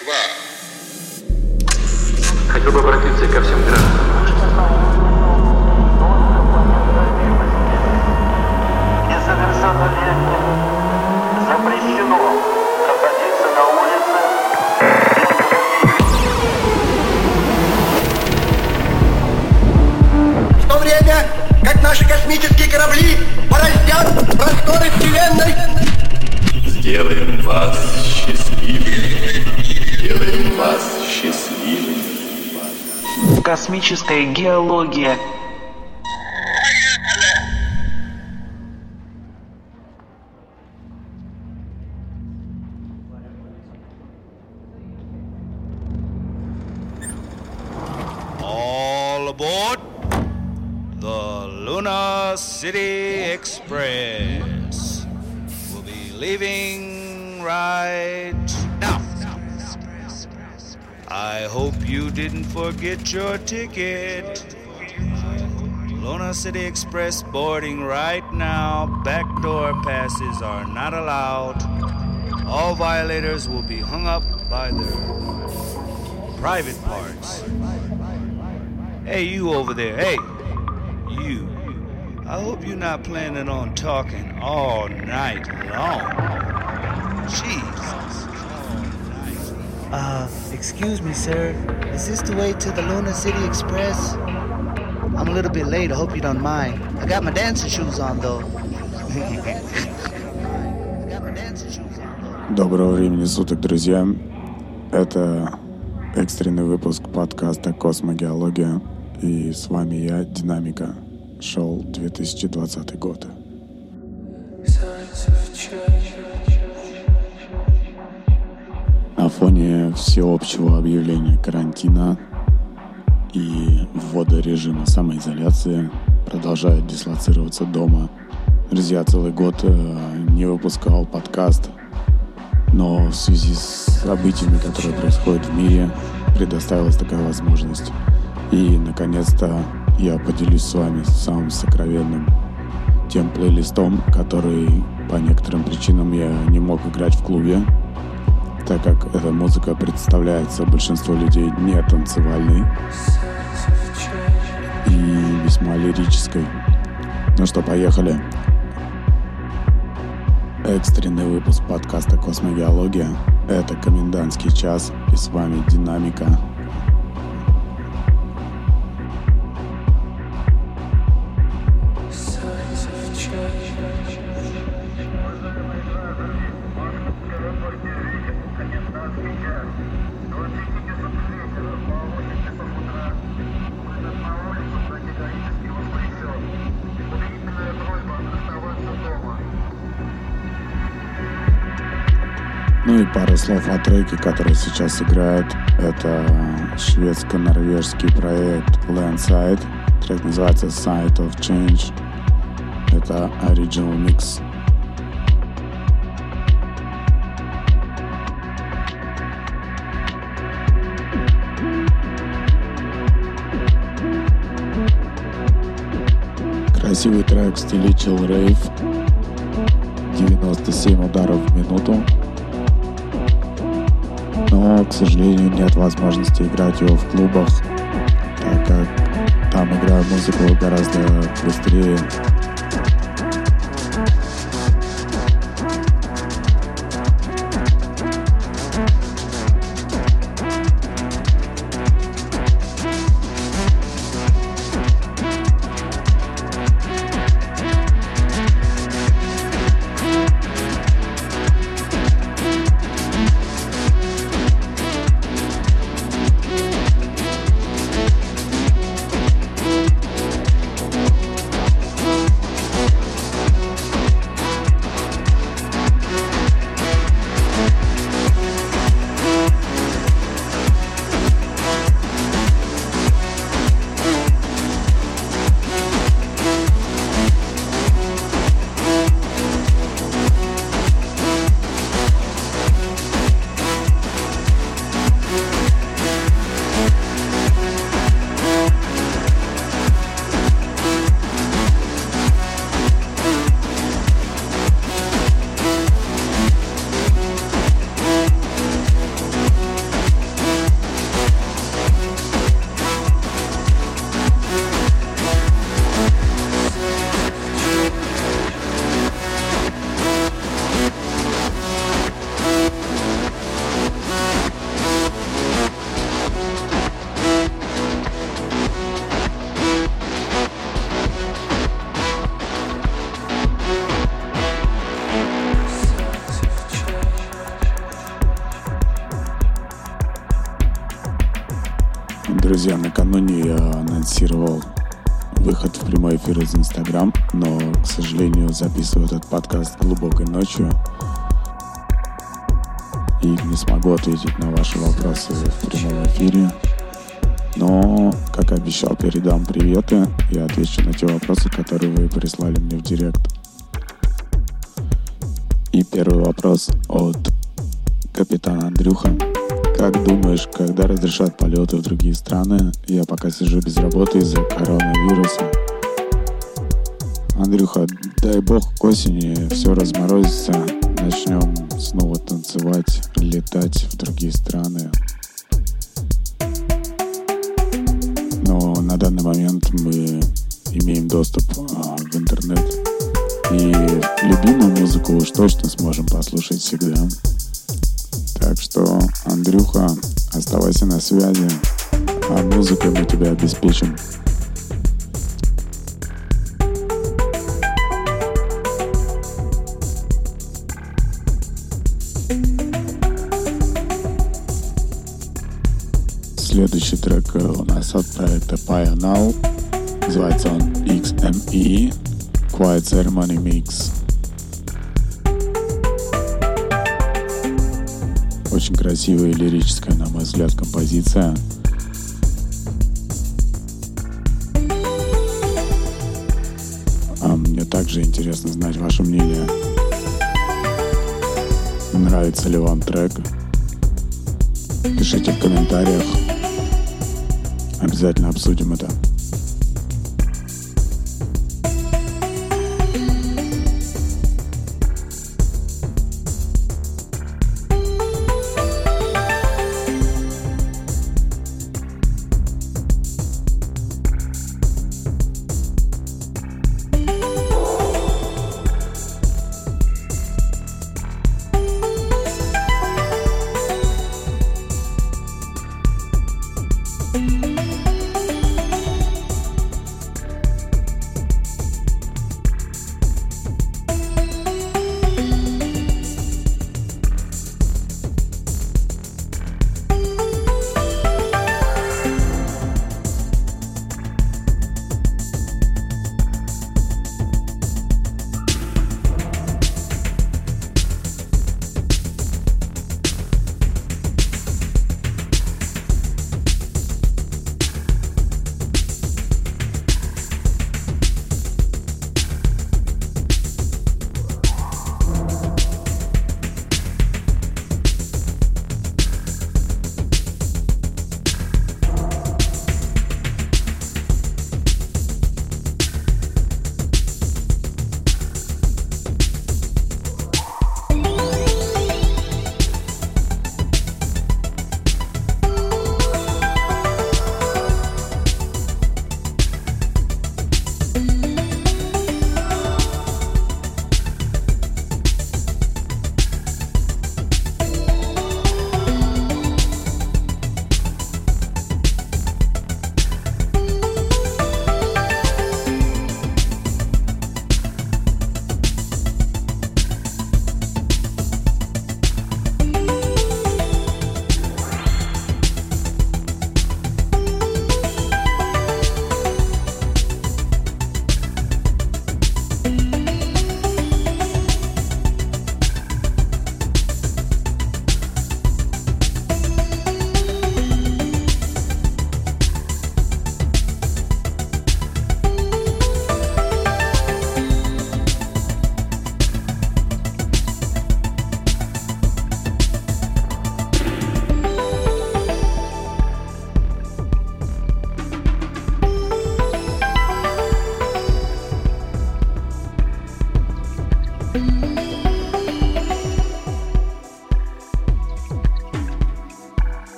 Хотел бы обратиться ко всем гражданам. Несовершеннолетним запрещено находиться на улице. В то время, как наши космические корабли бороздят просторы Вселенной, сделаем вас счастливыми. Сделаем вас счастливыми. Космическая геология. All aboard the Luna City Express. We'll be leaving right now. I hope you didn't forget your ticket. Luna City Express boarding right now. Backdoor passes are not allowed. All violators will be hung up by their private parts. Hey, you over there. Hey, you. I hope you're not planning on talking all night long. Jesus. Excuse me, sir. Is this the way to the Luna City Express? I'm a little bit late. I hope you don't mind. I got my dancing shoes on, though. Доброго времени суток, друзья. Это экстренный выпуск подкаста «Космогеология». И с вами я, Динамика. Шел 2020 год. На фоне всеобщего объявления карантина и ввода режима самоизоляции продолжаю дислоцироваться дома. Друзья, целый год не выпускал подкаст, но в связи с событиями, которые происходят в мире, предоставилась такая возможность. И, наконец-то, я поделюсь с вами самым сокровенным тем плейлистом, который по некоторым причинам я не мог играть в клубе, так как эта музыка представляется большинству людей не танцевальной и весьма лирической. Ну что, поехали. Экстренный выпуск подкаста «Космогеология». Это комендантский час, и с вами Динамика. Ну и пару слов о треке, который сейчас играет. Это шведско-норвежский проект Landside. Трек называется Side of Change. Это Original Mix. Красивый трек в стиле Chill Rave. 97 ударов в минуту. Но, к сожалению, нет возможности играть его в клубах, так как там играю музыку гораздо быстрее. анонсировал выход в прямой эфир из Instagram, но, к сожалению, записываю этот подкаст глубокой ночью и не смогу ответить на ваши вопросы в прямом эфире. Но, как обещал, передам приветы и отвечу на те вопросы, которые вы прислали мне в директ. И первый вопрос от капитана Андрюха. Как думаешь, когда разрешат полеты в другие страны? Я пока сижу без работы из-за коронавируса. Андрюха, дай бог к осени все разморозится, начнем снова танцевать, летать в другие страны. Но на данный момент мы имеем доступ в интернет. И любимую музыку уж точно сможем послушать всегда. Так что, Андрюха, оставайся на связи, а музыкой мы тебя обеспечим. Следующий трек у нас от проекта Paya Now. Называется он XME Quiet Ceremony Mix. Очень красивая и лирическая, на мой взгляд, композиция. А мне также интересно знать ваше мнение. Нравится ли вам трек? Пишите в комментариях. Обязательно обсудим это.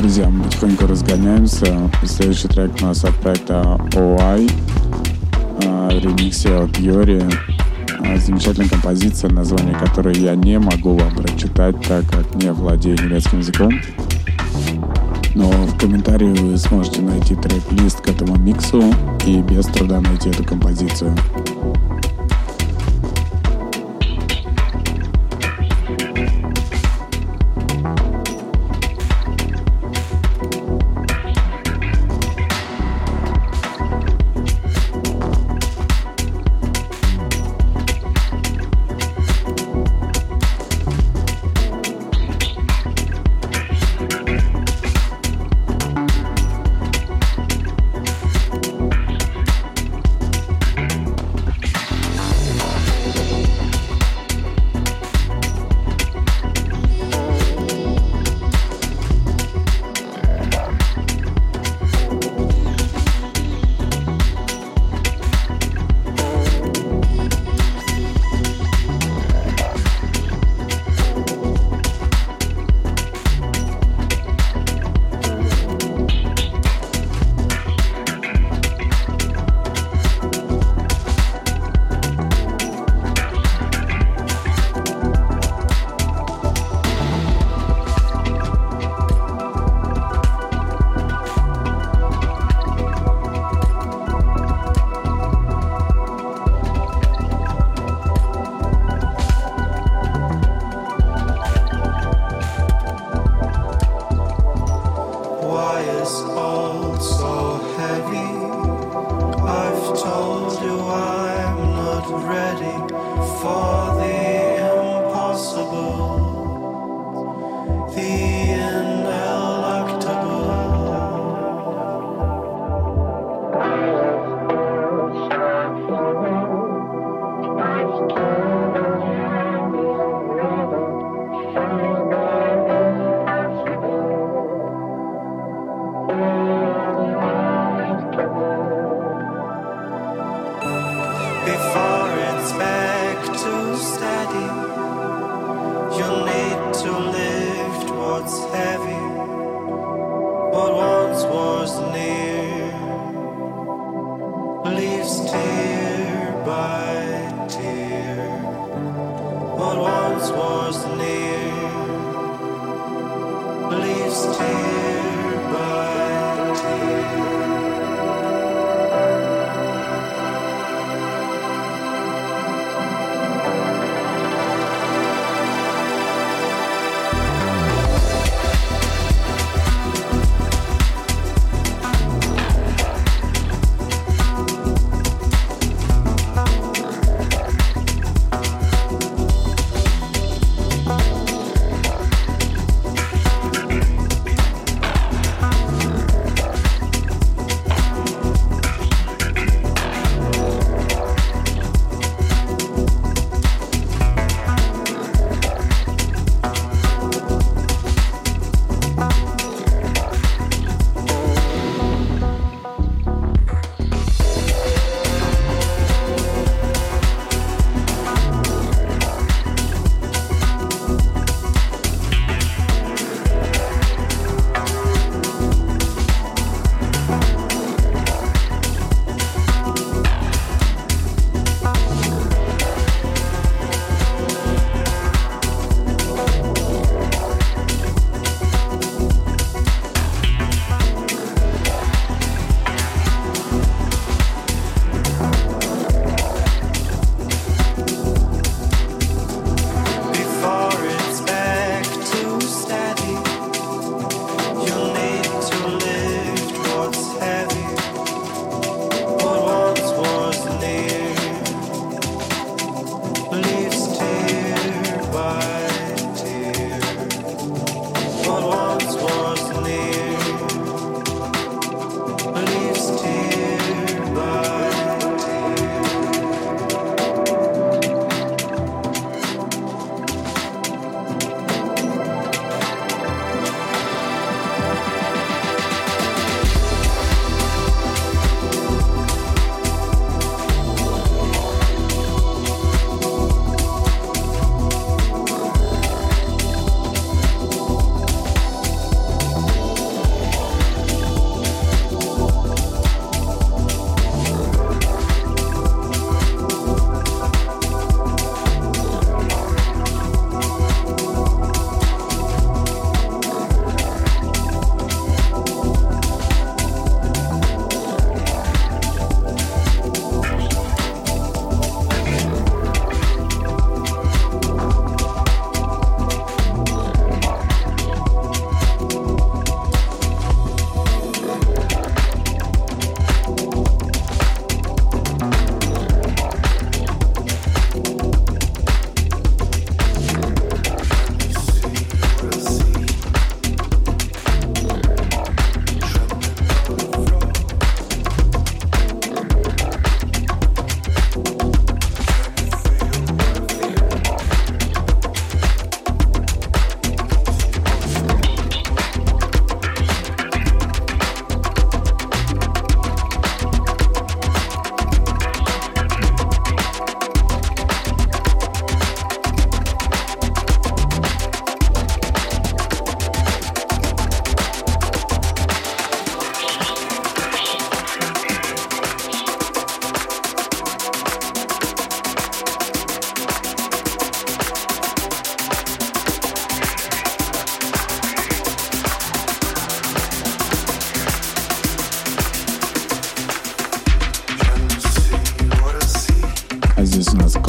Друзья, мы потихоньку разгоняемся. Следующий трек у нас от проекта OI в ремиксе от Йори. Замечательная композиция, название которой я не могу вам прочитать, так как не владею немецким языком. Но в комментарии вы сможете найти трек-лист к этому миксу и без труда найти эту композицию.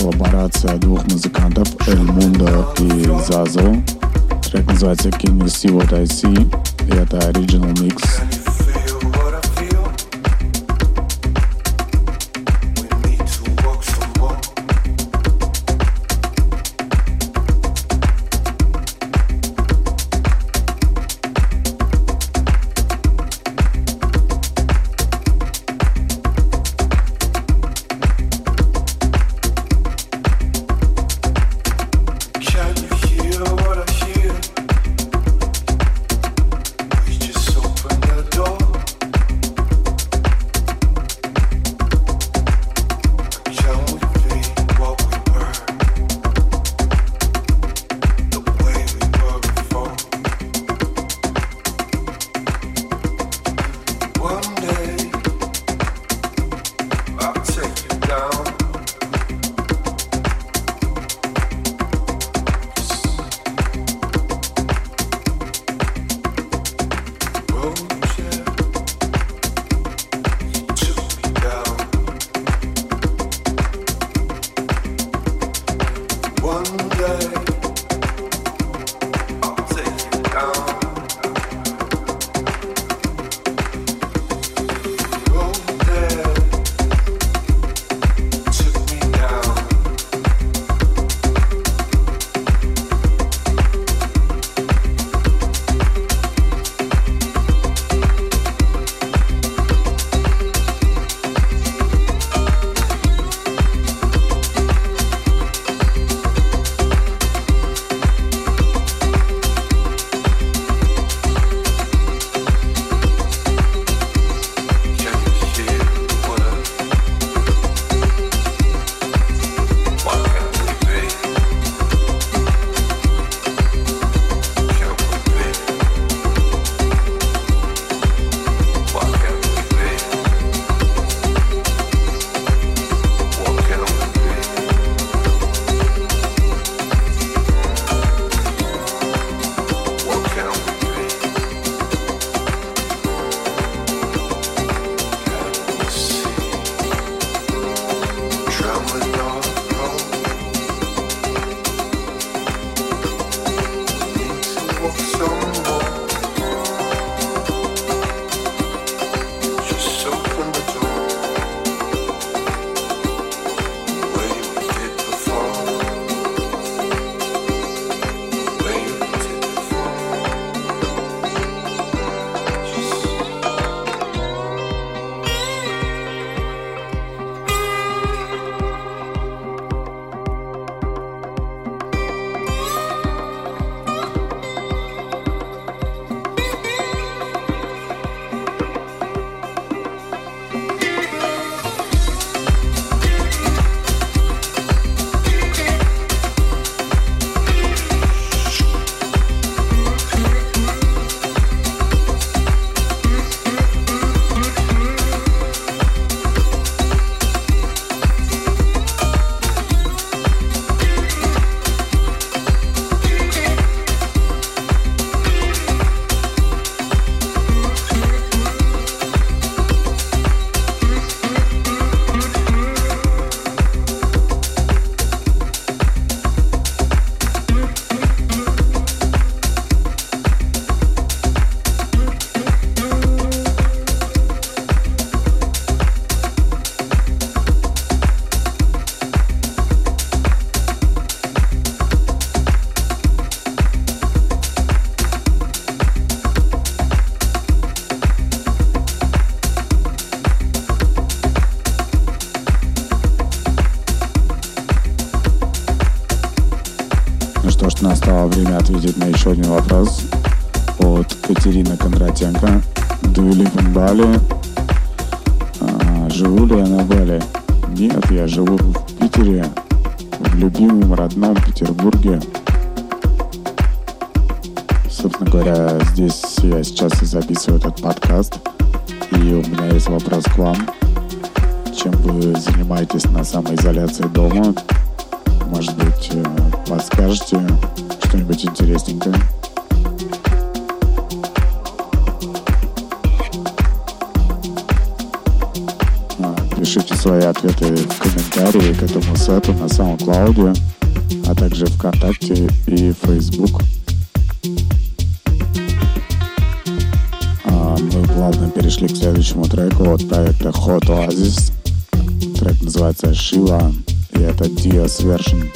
коллаборация двух музыкантов, El Mundo и Zazo. Трек называется Can You See What I See? И это Original Mix. Настало время ответить на еще один вопрос от Катерины Кондратенко. Do you live in Bali? Живу ли я на Бали? Нет, я живу в Питере, в любимом родном Петербурге. Собственно говоря, здесь я сейчас и записываю этот подкаст. И у меня есть вопрос к вам. Чем вы занимаетесь на самоизоляции дома? Может быть, подскажете что-нибудь интересненькое? Пишите свои ответы в комментарии к этому сету на SoundCloud, а также ВКонтакте и Facebook. Мы плавно перешли к следующему треку от проекта Hot Oasis. Трек называется Shiva, и это Dios Version.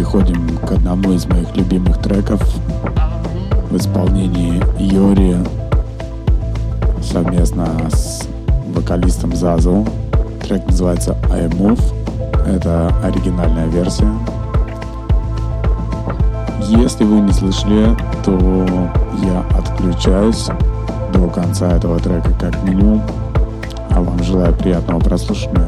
переходим к одному из моих любимых треков в исполнении Йори совместно с вокалистом Зазу. Трек называется I Move. Это оригинальная версия. Если вы не слышали, то я отключаюсь до конца этого трека как минимум. А вам желаю приятного прослушивания.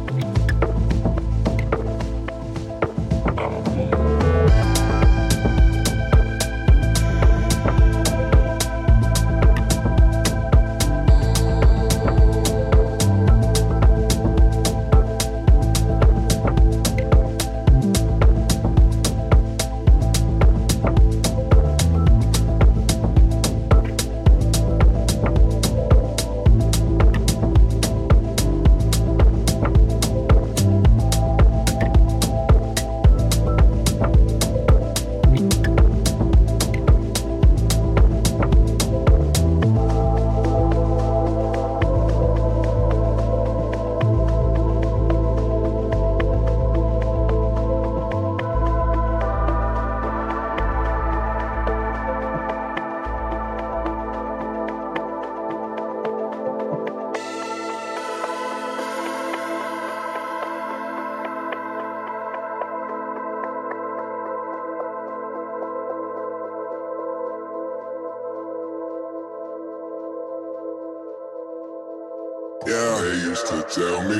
Yeah, they used to tell me,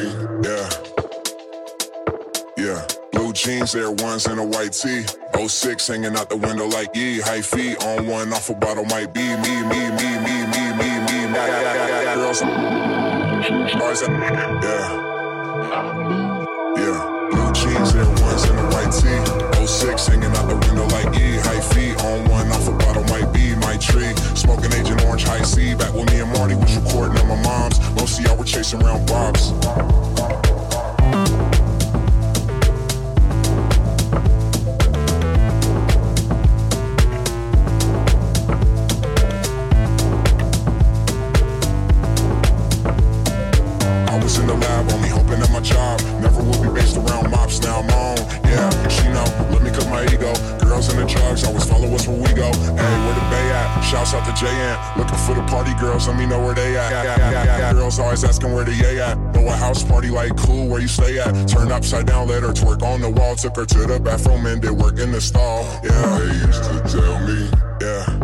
yeah. Blue jeans, Air Ones, and a white tee. 06 hanging out the window like yee. High feet on one, off a bottle might be me. Girls, yeah. Blue jeans, Air Ones, and a white tee. 06 hanging out the window like yee. High feet on one, off a bottle might be my tree. Smoking Agent Orange High C. Back when me and Marty was recording at my mom's. Most of y'all were chasing around bobs. I was in the lab, only hoping that my job never will be based around mops. Now I'm on, yeah, she know, let me cut my ego. Girls in the drugs, always follow us where we go. Hey, where the Bay at? Shouts out to J.N. Looking for the party girls, let me know where they at. Girls always asking where the yay at. Throw a house party like cool, where you stay at? Turn upside down, let her twerk on the wall. Took her to the bathroom and did work in the stall. Yeah, they used to tell me, yeah.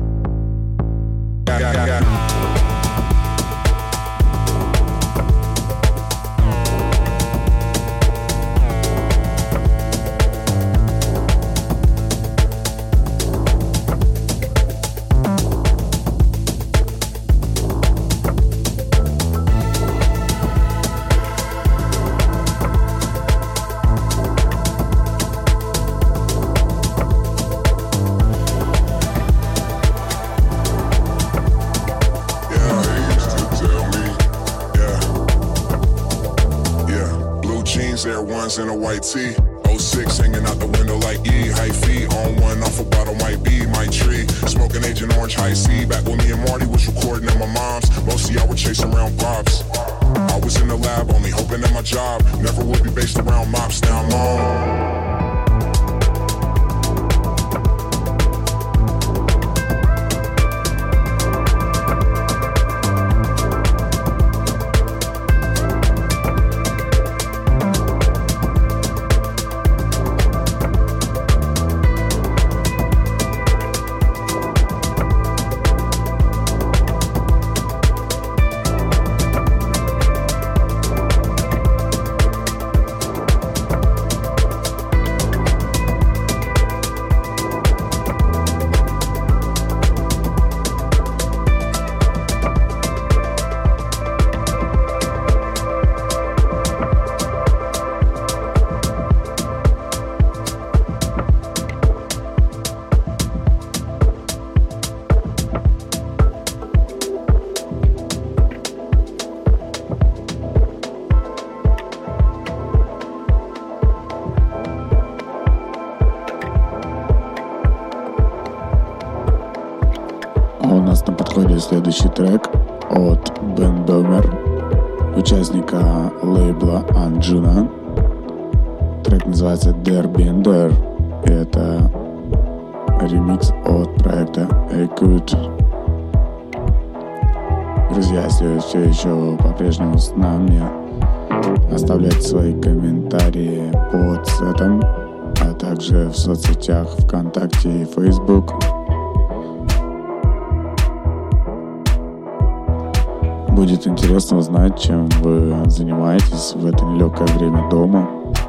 Air Ones and a white tee. 06 hanging out the window like yee. High feet on one, off a bottle might be my tree. Smoking Agent Orange High C. Back when me and Marty was recording at my mom's. Most of y'all were chasing around bobs. I was in the lab, only hoping that my job never would be based around mops. Now I'm on. На подходе следующий трек от Бен Бомер, участника лейбла Anjuna. Трек называется There Been There. Это ремикс от проекта Экут. Друзья, если вы все еще по-прежнему с нами, оставляйте свои комментарии под сетом, а также в соцсетях ВКонтакте и Facebook. Будет интересно узнать, чем вы занимаетесь в это нелегкое время дома.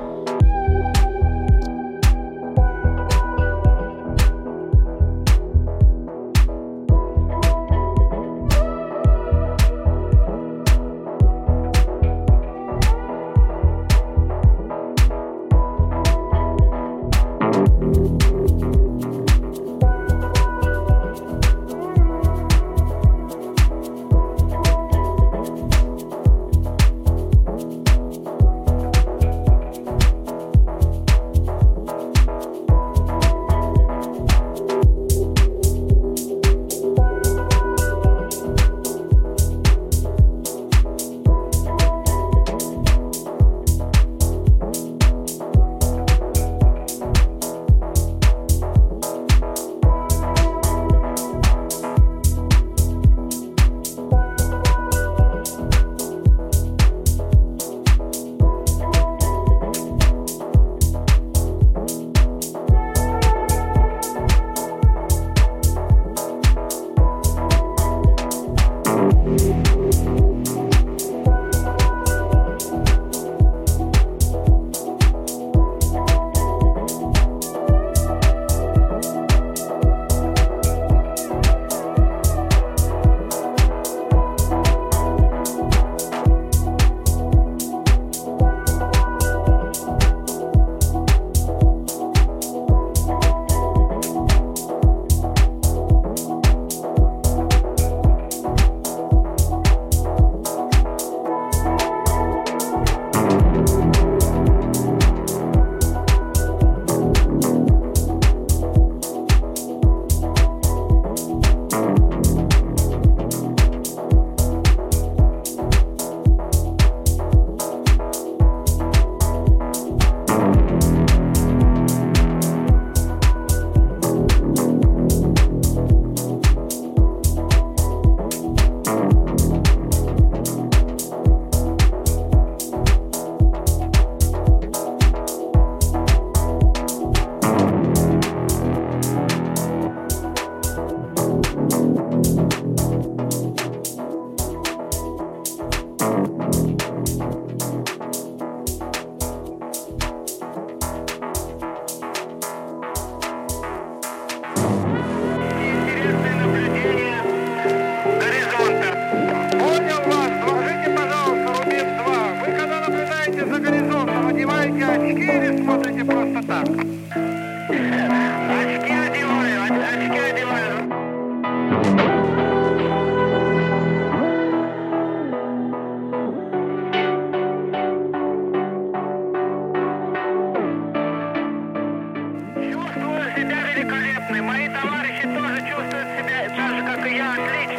Мои товарищи тоже чувствуют себя так же, как и я,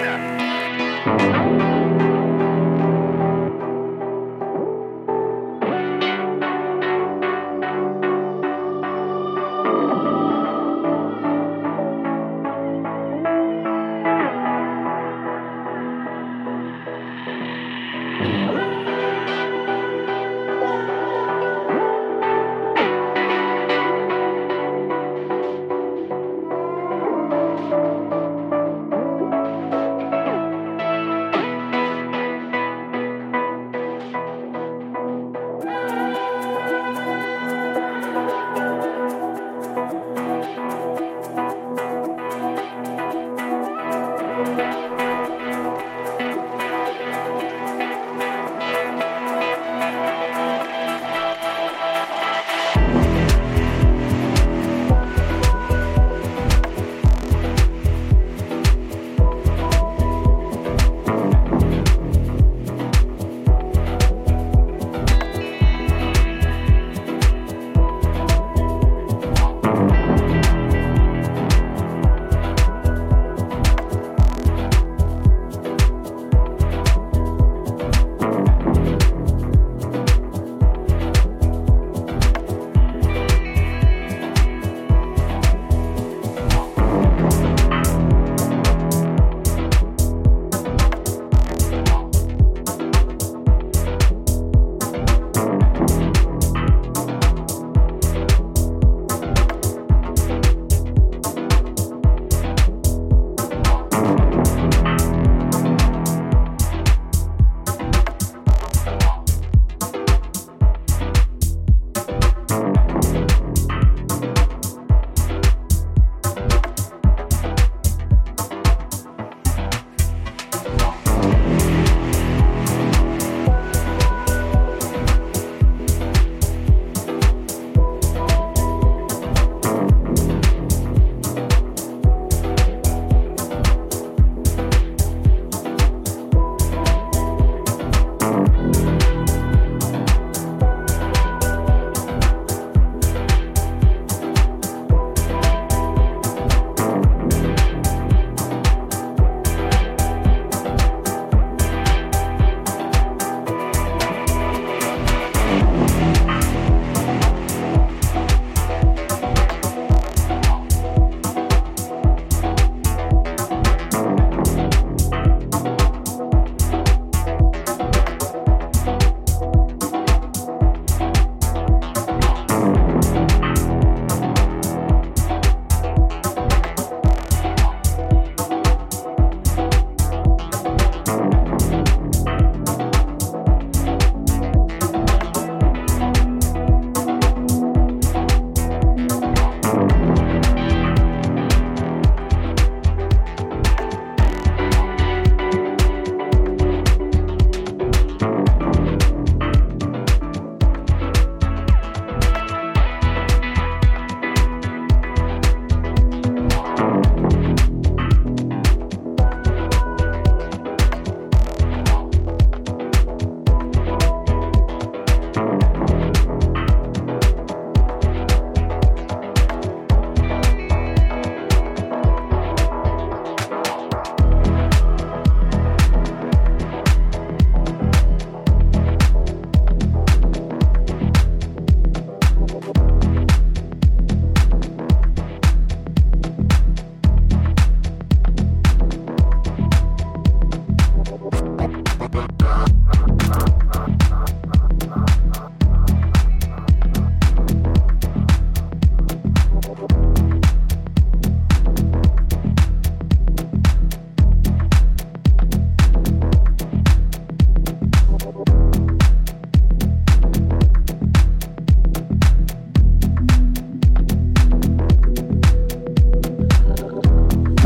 отлично.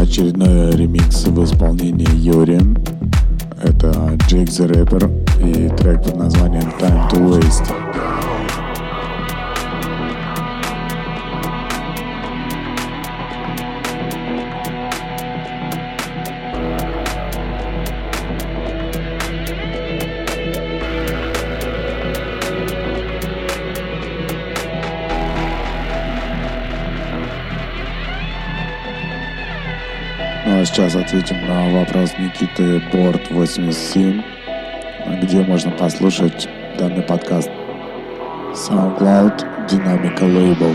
очередной ремикс в исполнении Юри. Это Jake the Rapper и трек под названием Time to Waste. Ну а сейчас ответим на вопрос Никиты Борт 87, где можно послушать данный подкаст. SoundCloud, Dynamica Label.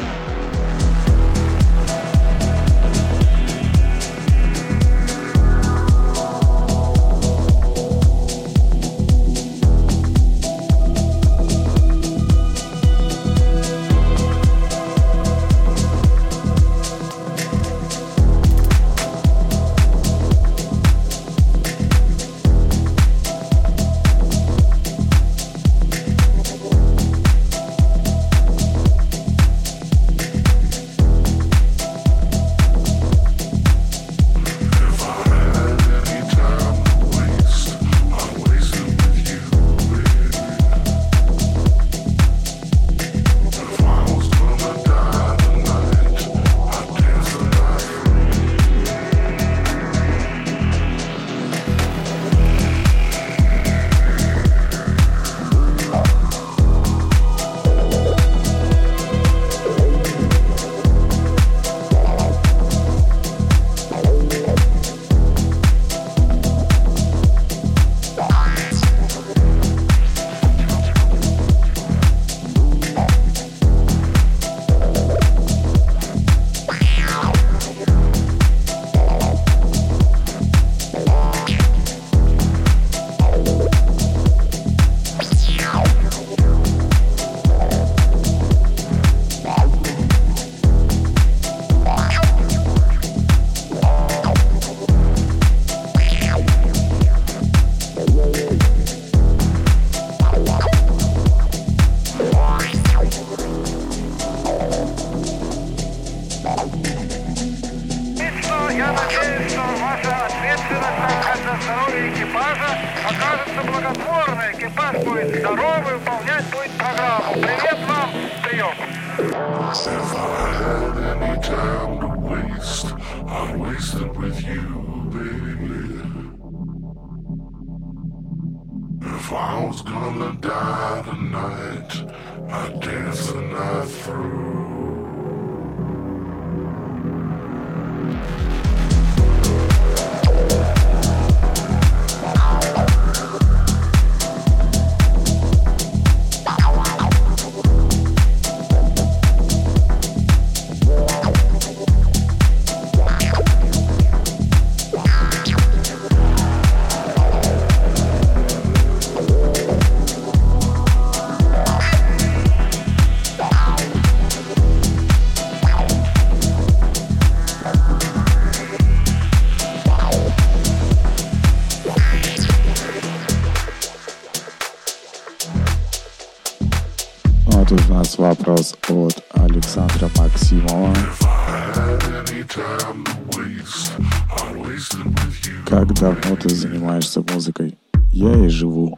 Тут у нас вопрос от Александра Максимова. Как давно ты занимаешься музыкой? Я и живу.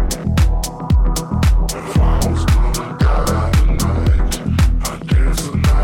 Dance the night.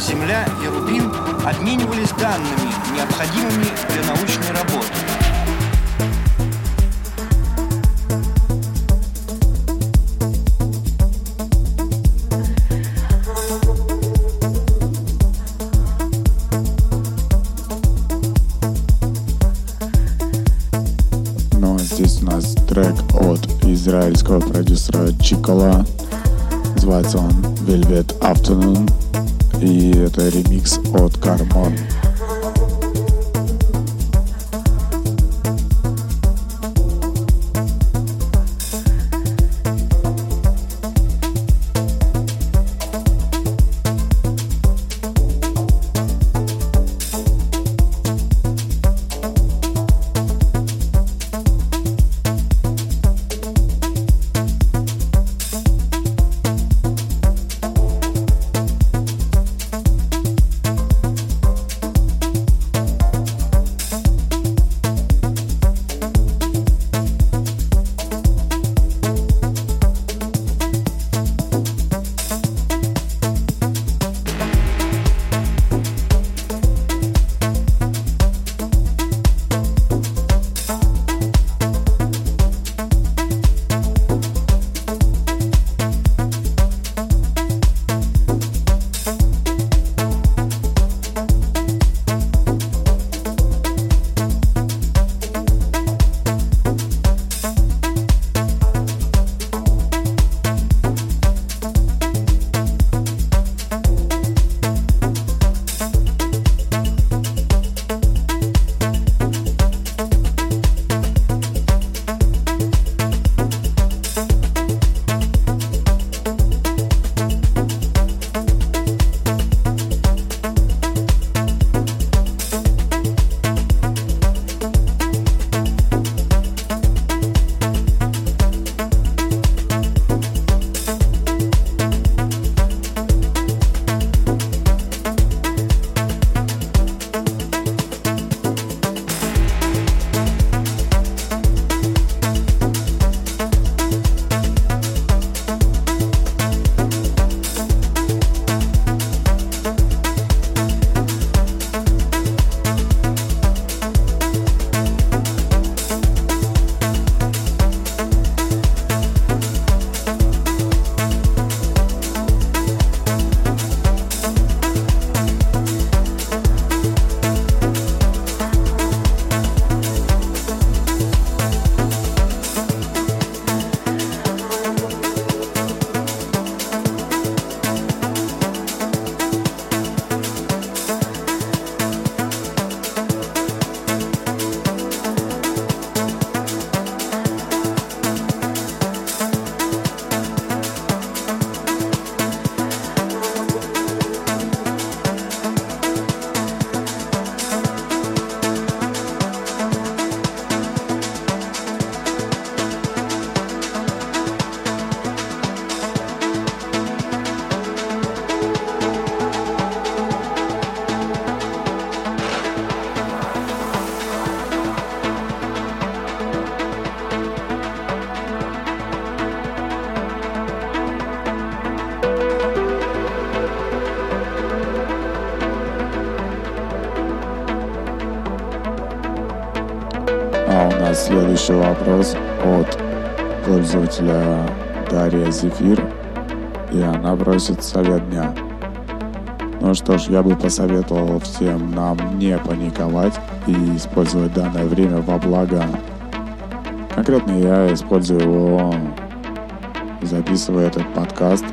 Земля и Рубин обменивались данными, необходимыми для научной работы. Здесь у нас трек от израильского продюсера Чикола. Называется он Velvet Afternoon. И это ремикс от Кармон. Следующий вопрос от пользователя Дарья Зефир, и она просит совет дня. Ну что ж, я бы посоветовал всем нам не паниковать и использовать данное время во благо. Конкретно я использую его, записывая этот подкаст.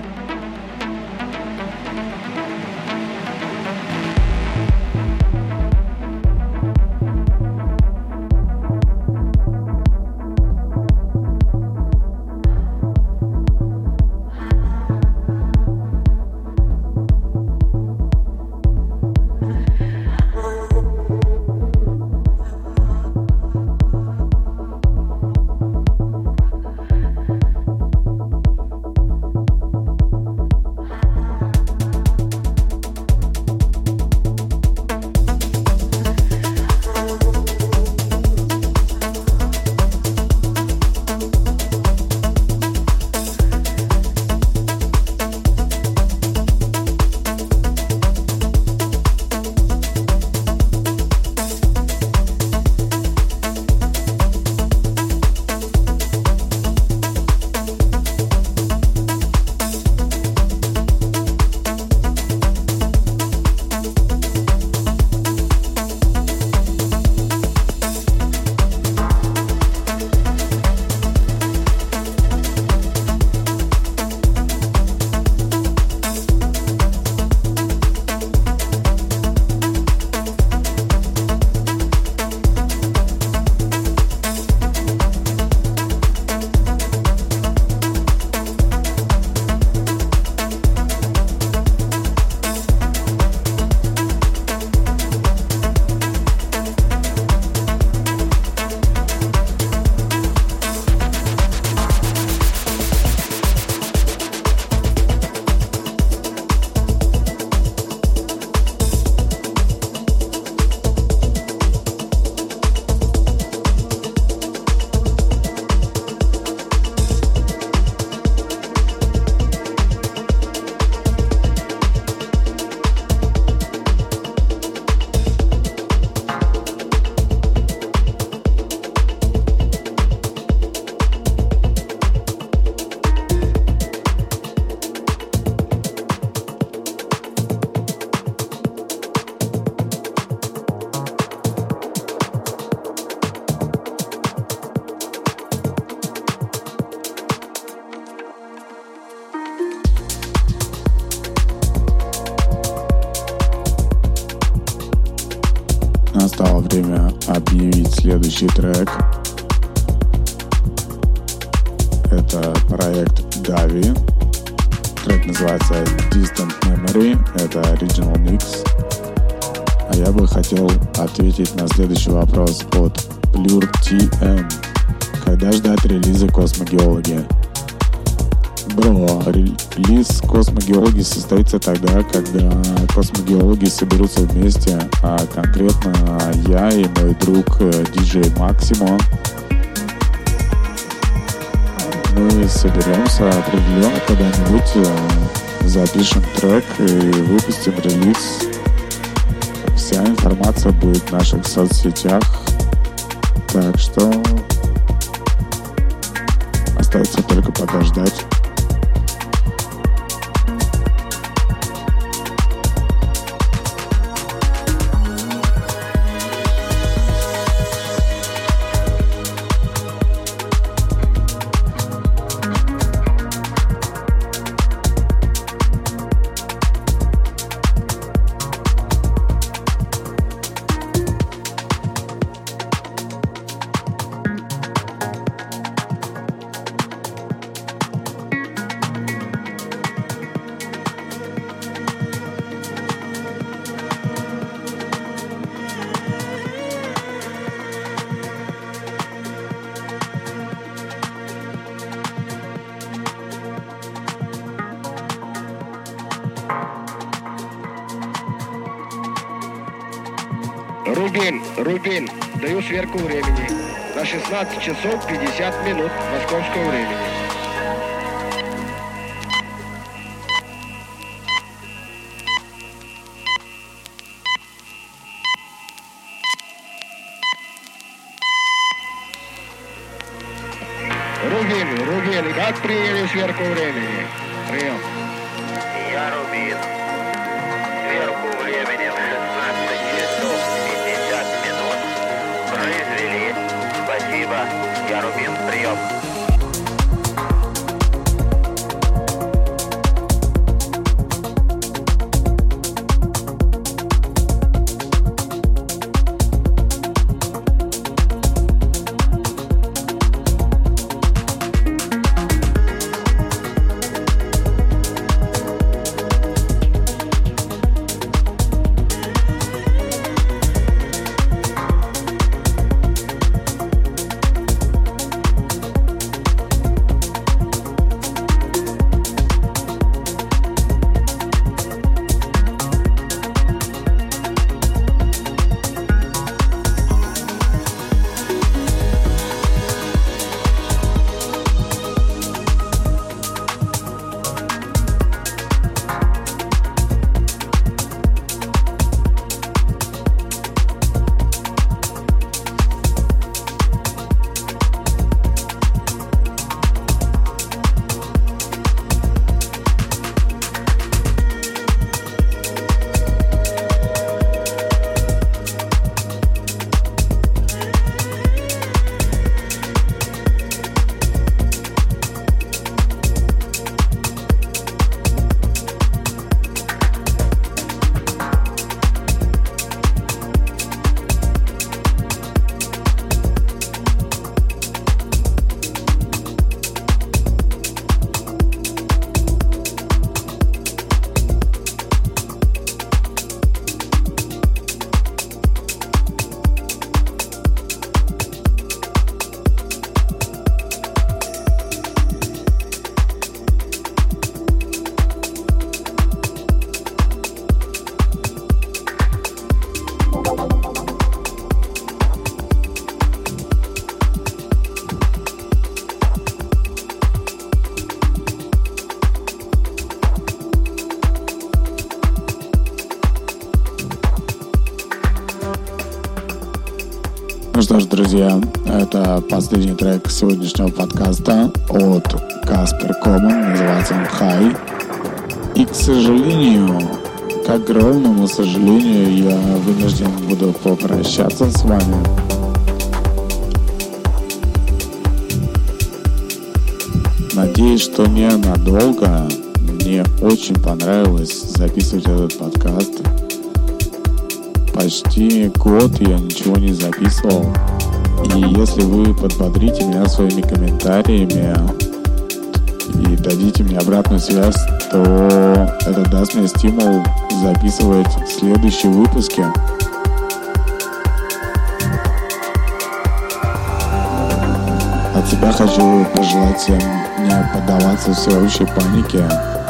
настало время объявить следующий трек. Это проект Gavi. Трек называется Distant Memory. Это Original Mix. А я бы хотел ответить на следующий вопрос от Plur TM. Когда ждать релиза Космогеологи? Бро, релиз Космогеологи состоится тогда, когда космогеологи соберутся вместе, а конкретно я и мой друг DJ Максимо. Мы соберемся определенно когда-нибудь, запишем трек и выпустим релиз. Вся информация будет в наших соцсетях, так что остается только подождать. Рубин, даю сверку времени. На 16 часов 50 минут московского времени. Рубин, как приняли сверку времени? Прием. Я Рубин. Сверку времени в 16 часов 50 минут. Произвели. Спасибо. Я Рубин. Прием. Ну что ж, друзья, это последний трек сегодняшнего подкаста от Каспер Коммон, называется он High. И, к сожалению, к огромному сожалению, я вынужден буду попрощаться с вами. Надеюсь, что ненадолго. Мне очень понравилось записывать этот подкаст. почти год я ничего не записывал. И если вы подбодрите меня своими комментариями и дадите мне обратную связь, то это даст мне стимул записывать следующие выпуски. От себя хочу пожелать всем не поддаваться всеобщей панике.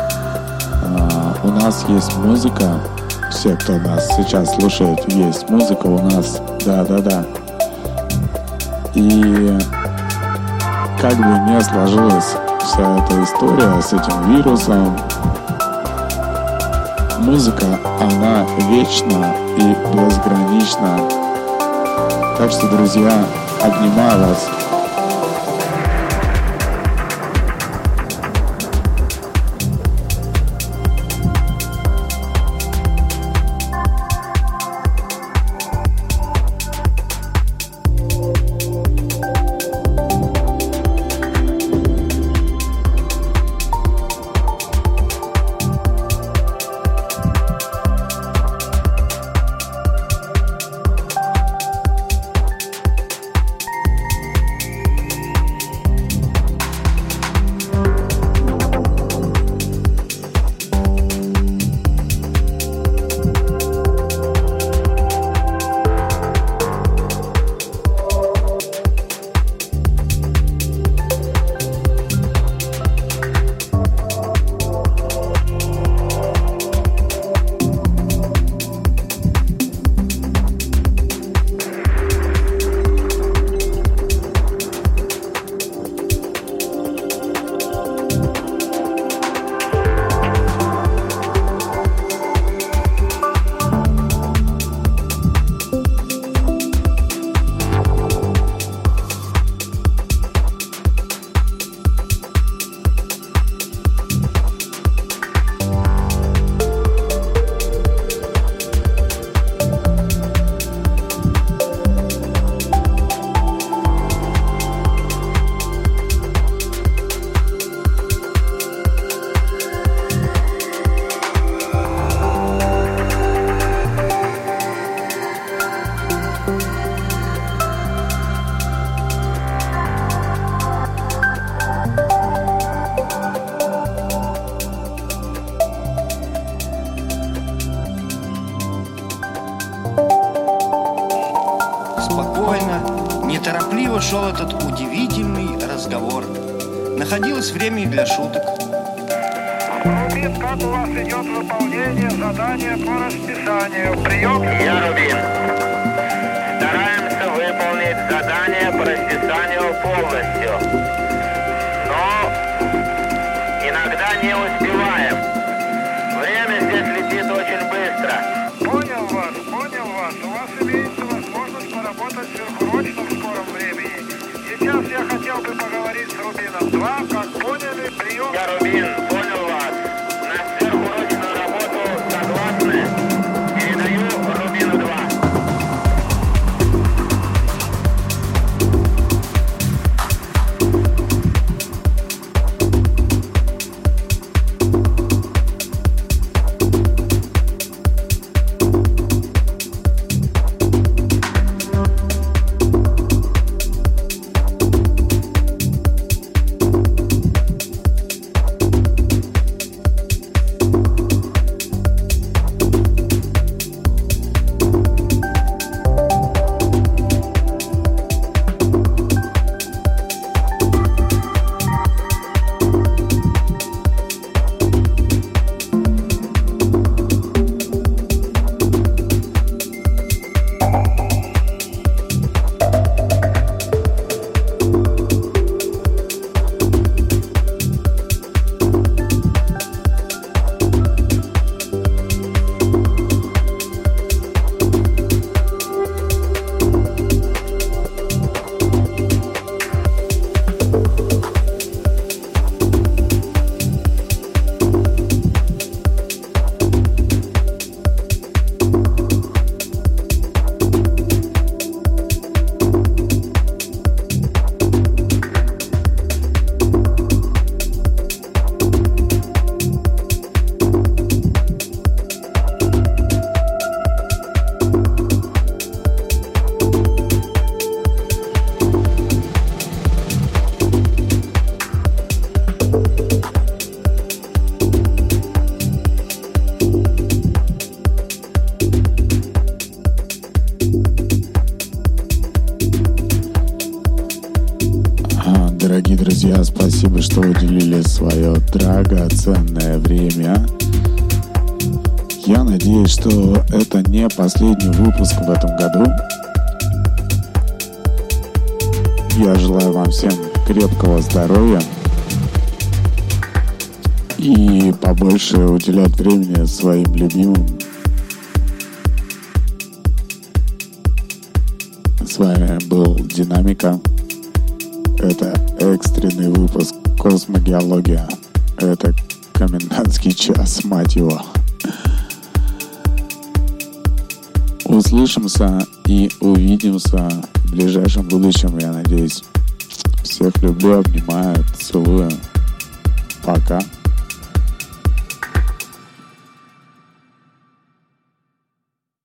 У нас есть музыка. Все, кто нас сейчас слушает, есть музыка у нас. Да. И как бы ни сложилась вся эта история с этим вирусом, музыка, она вечна и безгранична. Так что, друзья, обнимаю вас. Неторопливо шел этот удивительный разговор. Находилось время и для шуток. Рубин, как у вас идет выполнение задания по расписанию? Прием? Я Рубин. Стараемся выполнить задание по расписанию полностью. Но иногда не успеваем. Время здесь летит очень быстро. Понял вас. У вас имеется возможность поработать сверхурочно в скором времени. Сейчас я хотел бы поговорить с Рубином 2, как поняли, прием. Я Рубин, понял вас. На сверхурочную работу согласны. Передаю Рубину 2. Друзья, спасибо, что уделили свое драгоценное время. Я надеюсь, что это не последний выпуск в этом году. Я желаю вам всем крепкого здоровья и побольше уделять времени своим любимым. С вами был Динамика. Это экстренный выпуск Космогеология. Это комендантский час, мать его. Услышимся и увидимся в ближайшем будущем, я надеюсь. Всех люблю, обнимаю, целую. Пока.